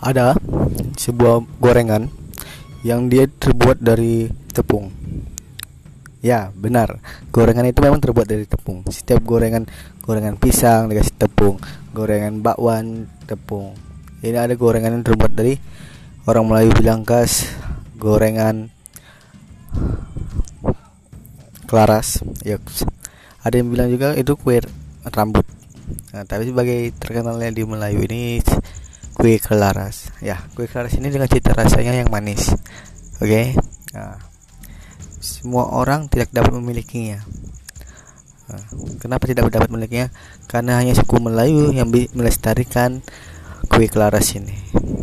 Ada sebuah gorengan yang dia terbuat dari tepung. Ya, benar. Gorengan itu memang terbuat dari tepung. Setiap gorengan pisang dikasih tepung, gorengan bakwan tepung. Ini ada gorengan yang terbuat dari, orang Melayu bilang khas, gorengan kelaras. Ya, ada yang bilang juga itu kue rambut. Nah, tapi sebagai terkenalnya di Melayu ini kue kelaras. Ya, kue kelaras ini dengan cita rasanya yang manis. Oke. Nah, semua orang tidak dapat memilikinya. Nah, kenapa tidak dapat memilikinya? Karena hanya suku Melayu yang melestarikan kue kelaras ini.